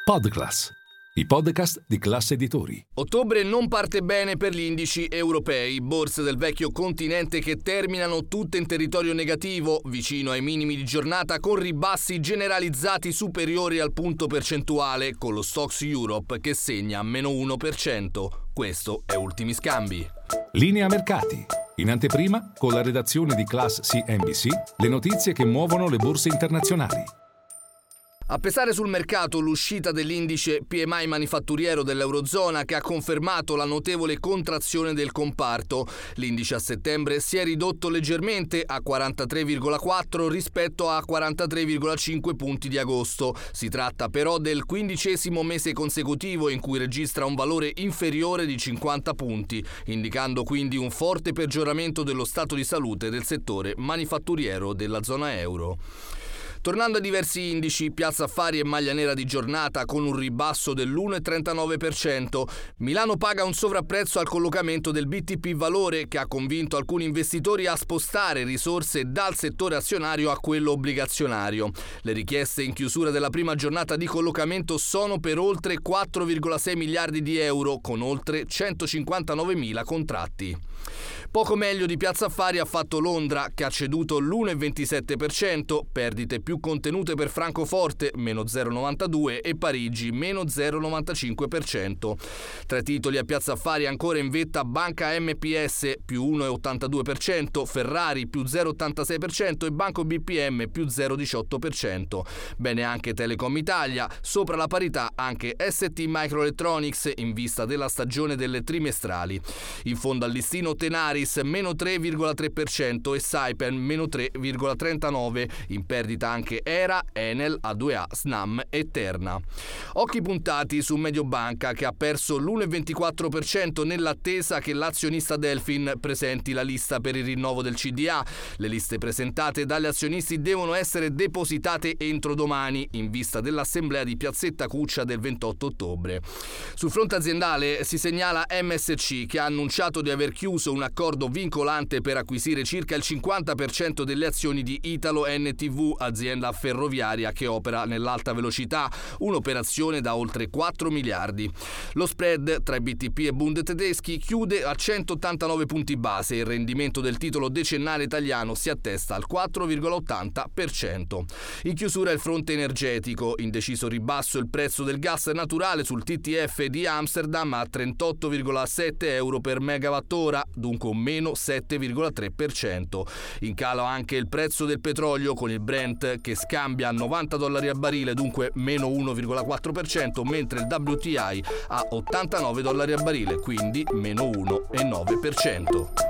Podclass, i podcast di Class Editori. Ottobre non parte bene per gli indici europei, borse del vecchio continente che terminano tutte in territorio negativo, vicino ai minimi di giornata con ribassi generalizzati superiori al punto percentuale, con lo Stoxx Europe che segna meno 1%. Questo è Ultimi Scambi. Linea mercati. In anteprima, con la redazione di Class CNBC, le notizie che muovono le borse internazionali. A pesare sul mercato l'uscita dell'indice PMI manifatturiero dell'Eurozona che ha confermato la notevole contrazione del comparto. L'indice a settembre si è ridotto leggermente a 43,4 rispetto a 43,5 punti di agosto. Si tratta però del 15° mese consecutivo in cui registra un valore inferiore di 50 punti, indicando quindi un forte peggioramento dello stato di salute del settore manifatturiero della zona euro. Tornando a diversi indici, Piazza Affari e maglia nera di giornata con un ribasso dell'1,39%. Milano paga un sovrapprezzo al collocamento del BTP Valore che ha convinto alcuni investitori a spostare risorse dal settore azionario a quello obbligazionario. Le richieste in chiusura della prima giornata di collocamento sono per oltre 4,6 miliardi di euro con oltre 159.000 contratti. Poco meglio di Piazza Affari ha fatto Londra che ha ceduto l'1,27%, perdite più contenute per Francoforte, meno 0,92% e Parigi, meno 0,95%. Tra i titoli a Piazza Affari ancora in vetta Banca MPS, più 1,82%, Ferrari, più 0,86% e Banco BPM, più 0,18%. Bene anche Telecom Italia, sopra la parità anche ST Microelectronics in vista della stagione delle trimestrali. In fondo al listino Tenaris, meno 3,3% e Saipem, meno 3,39%. In perdita anche Era, Enel, A2A, Snam e Terna. Occhi puntati su Mediobanca che ha perso l'1,24% nell'attesa che l'azionista Delfin presenti la lista per il rinnovo del CDA. Le liste presentate dagli azionisti devono essere depositate entro domani in vista dell'assemblea di Piazzetta Cuccia del 28 ottobre. Sul fronte aziendale si segnala MSC che ha annunciato di aver chiuso un accordo vincolante per acquisire circa il 50% delle azioni di Italo NTV, azienda ferroviaria che opera nell'alta velocità, un'operazione da oltre 4 miliardi. Lo spread tra i BTP e Bund tedeschi chiude a 189 punti base e il rendimento del titolo decennale italiano si attesta al 4,80%. In chiusura il fronte energetico, in deciso ribasso il prezzo del gas naturale sul TTF di Amsterdam a 38,7 euro per megawattora, dunque un meno 7,3%. In calo anche il prezzo del petrolio con il Brent che scambia a $90 al barile, dunque meno 1,4%, mentre il WTI a $89 al barile, quindi meno 1,9%.